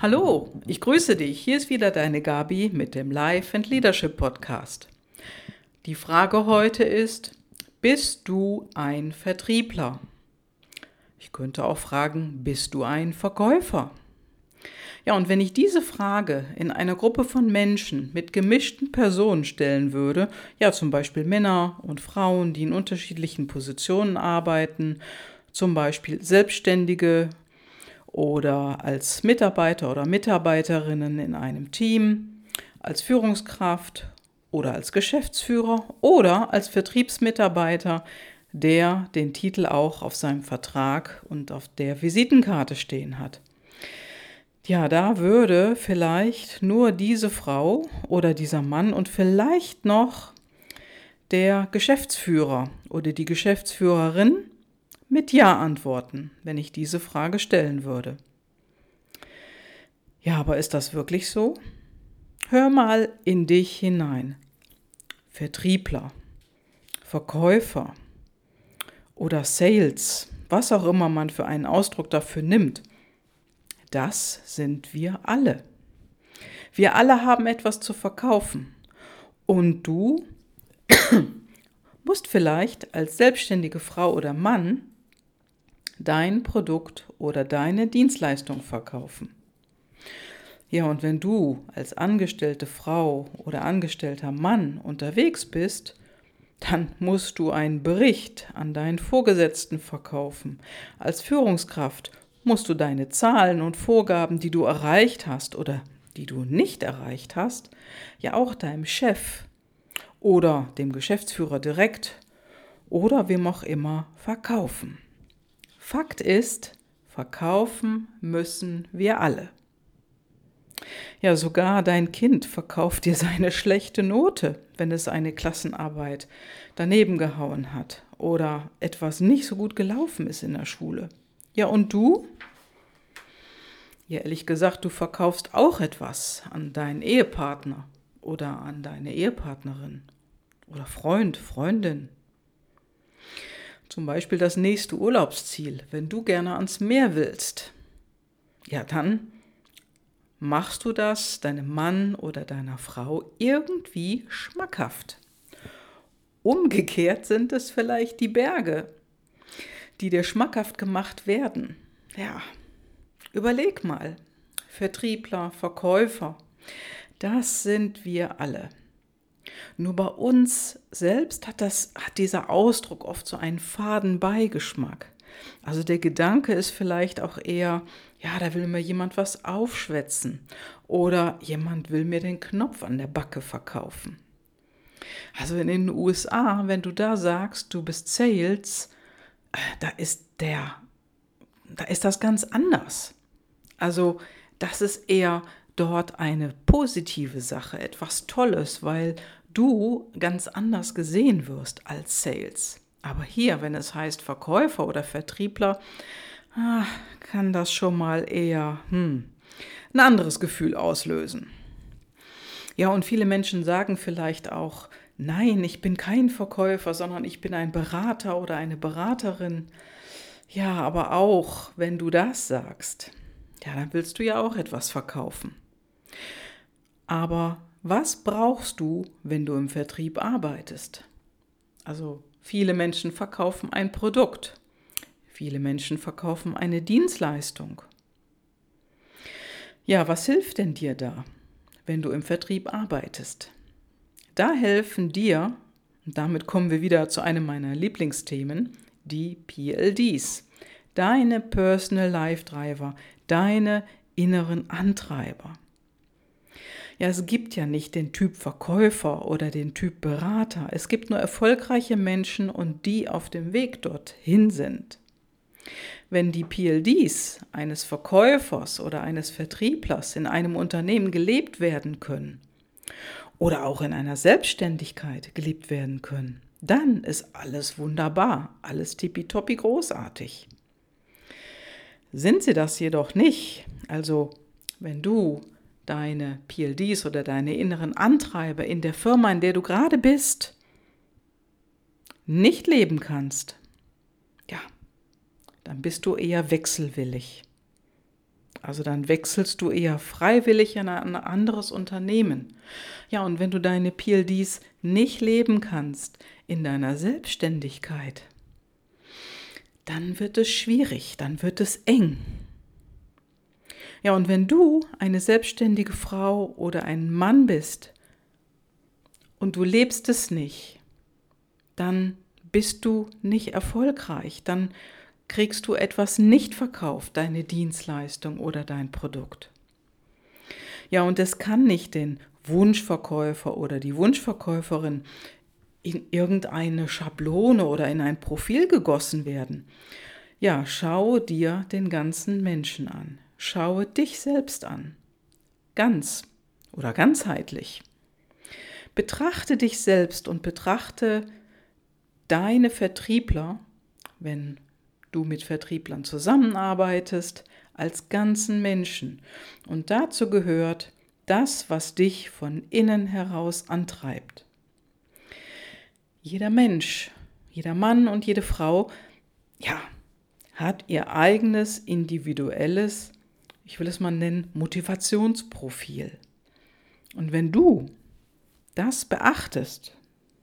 Hallo, ich grüße dich. Hier ist wieder deine Gabi mit dem Life and Leadership Podcast. Die Frage heute ist, bist du ein Vertriebler? Ich könnte auch fragen, bist du ein Verkäufer? Ja, und wenn ich diese Frage in einer Gruppe von Menschen mit gemischten Personen stellen würde, ja, zum Beispiel Männer und Frauen, die in unterschiedlichen Positionen arbeiten, zum Beispiel Selbstständige oder als Mitarbeiter oder Mitarbeiterinnen in einem Team, als Führungskraft oder als Geschäftsführer oder als Vertriebsmitarbeiter, der den Titel auch auf seinem Vertrag und auf der Visitenkarte stehen hat. Ja, da würde vielleicht nur diese Frau oder dieser Mann und vielleicht noch der Geschäftsführer oder die Geschäftsführerin mit Ja antworten, wenn ich diese Frage stellen würde. Ja, aber ist das wirklich so? Hör mal in dich hinein. Vertriebler, Verkäufer oder Sales, was auch immer man für einen Ausdruck dafür nimmt, das sind wir alle. Wir alle haben etwas zu verkaufen. Und du musst vielleicht als selbstständige Frau oder Mann dein Produkt oder deine Dienstleistung verkaufen. Ja, und wenn du als angestellte Frau oder angestellter Mann unterwegs bist, dann musst du einen Bericht an deinen Vorgesetzten verkaufen. Als Führungskraft musst du deine Zahlen und Vorgaben, die du erreicht hast oder die du nicht erreicht hast, ja auch deinem Chef oder dem Geschäftsführer direkt oder wem auch immer verkaufen. Fakt ist, verkaufen müssen wir alle. Ja, sogar dein Kind verkauft dir seine schlechte Note, wenn es eine Klassenarbeit daneben gehauen hat oder etwas nicht so gut gelaufen ist in der Schule. Ja, und du? Ja, ehrlich gesagt, du verkaufst auch etwas an deinen Ehepartner oder an deine Ehepartnerin oder Freund, Freundin. Zum Beispiel das nächste Urlaubsziel, wenn du gerne ans Meer willst. Ja, dann machst du das deinem Mann oder deiner Frau irgendwie schmackhaft. Umgekehrt sind es vielleicht die Berge, die dir schmackhaft gemacht werden. Ja, überleg mal. Vertriebler, Verkäufer, das sind wir alle. Nur bei uns selbst hat dieser Ausdruck oft so einen faden Beigeschmack. Also der Gedanke ist vielleicht auch eher, ja, da will mir jemand was aufschwätzen oder jemand will mir den Knopf an der Backe verkaufen. Also in den USA, wenn du da sagst, du bist Sales, da ist das ganz anders. Also das ist eher dort eine positive Sache, etwas Tolles, weil du ganz anders gesehen wirst als Sales. Aber hier, wenn es heißt Verkäufer oder Vertriebler, kann das schon mal eher ein anderes Gefühl auslösen. Ja, und viele Menschen sagen vielleicht auch, nein, ich bin kein Verkäufer, sondern ich bin ein Berater oder eine Beraterin. Ja, aber auch wenn du das sagst, ja, dann willst du ja auch etwas verkaufen. Aber was brauchst du, wenn du im Vertrieb arbeitest? Also viele Menschen verkaufen ein Produkt. Viele Menschen verkaufen eine Dienstleistung. Ja, was hilft denn dir da, wenn du im Vertrieb arbeitest? Da helfen dir, und damit kommen wir wieder zu einem meiner Lieblingsthemen, die PLDs. Deine Personal Life Driver, deine inneren Antreiber. Ja, es gibt ja nicht den Typ Verkäufer oder den Typ Berater. Es gibt nur erfolgreiche Menschen und die auf dem Weg dorthin sind. Wenn die PLDs eines Verkäufers oder eines Vertrieblers in einem Unternehmen gelebt werden können oder auch in einer Selbstständigkeit gelebt werden können, dann ist alles wunderbar, alles tippitoppi großartig. Sind sie das jedoch nicht, also wenn du deine PLDs oder deine inneren Antreiber in der Firma, in der du gerade bist, nicht leben kannst, ja, dann bist du eher wechselwillig. Also dann wechselst du eher freiwillig in ein anderes Unternehmen. Ja, und wenn du deine PLDs nicht leben kannst in deiner Selbstständigkeit, dann wird es schwierig, dann wird es eng. Ja, und wenn du eine selbstständige Frau oder ein Mann bist und du lebst es nicht, dann bist du nicht erfolgreich, dann kriegst du etwas nicht verkauft, deine Dienstleistung oder dein Produkt. Ja, und es kann nicht den Wunschverkäufer oder die Wunschverkäuferin in irgendeine Schablone oder in ein Profil gegossen werden. Ja, schaue dir den ganzen Menschen an. Schaue dich selbst an. Ganz oder ganzheitlich. Betrachte dich selbst und betrachte deine Vertriebler, wenn du mit Vertrieblern zusammenarbeitest, als ganzen Menschen. Und dazu gehört das, was dich von innen heraus antreibt. Jeder Mensch, jeder Mann und jede Frau, ja, hat ihr eigenes individuelles, ich will es mal nennen, Motivationsprofil. Und wenn du das beachtest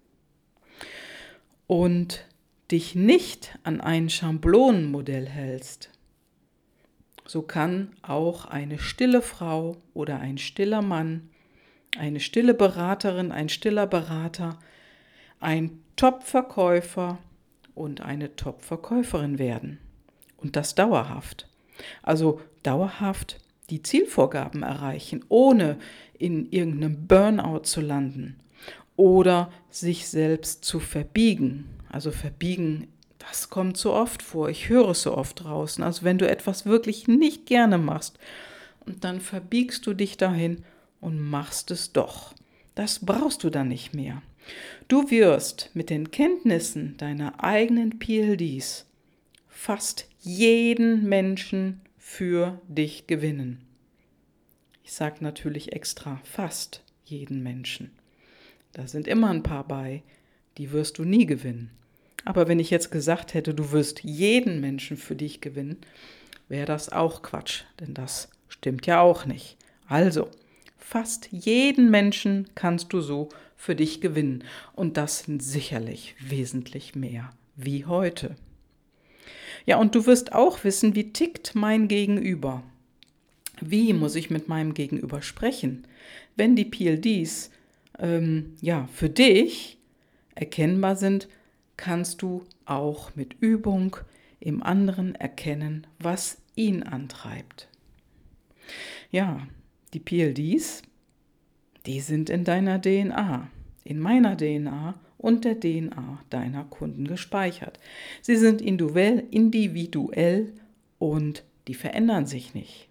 und dich nicht an ein Schablonenmodell hältst, so kann auch eine stille Frau oder ein stiller Mann, eine stille Beraterin, ein stiller Berater, ein Top-Verkäufer und eine Top-Verkäuferin werden. Und das dauerhaft. Also dauerhaft die Zielvorgaben erreichen, ohne in irgendeinem Burnout zu landen oder sich selbst zu verbiegen. Also verbiegen, das kommt so oft vor, ich höre es so oft draußen. Also wenn du etwas wirklich nicht gerne machst und dann verbiegst du dich dahin und machst es doch. Das brauchst du dann nicht mehr. Du wirst mit den Kenntnissen deiner eigenen PLDs fast jeden Menschen für dich gewinnen. Ich sage natürlich extra fast jeden Menschen. Da sind immer ein paar bei, die wirst du nie gewinnen. Aber wenn ich jetzt gesagt hätte, du wirst jeden Menschen für dich gewinnen, wäre das auch Quatsch, denn das stimmt ja auch nicht. Also, fast jeden Menschen kannst du so für dich gewinnen. Und das sind sicherlich wesentlich mehr wie heute. Ja, und du wirst auch wissen, wie tickt mein Gegenüber. Wie muss ich mit meinem Gegenüber sprechen? Wenn die PLDs für dich erkennbar sind, kannst du auch mit Übung im anderen erkennen, was ihn antreibt. Ja, die PLDs, die sind in deiner DNA, in meiner DNA und der DNA deiner Kunden gespeichert. Sie sind individuell und die verändern sich nicht.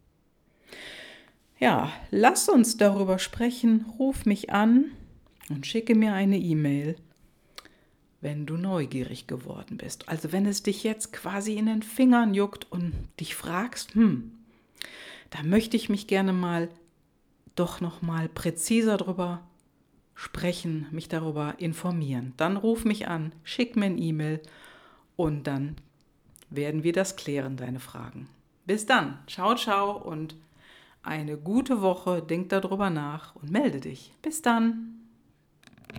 Ja, lass uns darüber sprechen, ruf mich an und schicke mir eine E-Mail, wenn du neugierig geworden bist. Also wenn es dich jetzt quasi in den Fingern juckt und dich fragst, da möchte ich mich gerne doch noch mal präziser drüber sprechen, mich darüber informieren. Dann ruf mich an, schick mir eine E-Mail und dann werden wir das klären, deine Fragen. Bis dann, ciao, ciao und eine gute Woche, denk darüber nach und melde dich. Bis dann.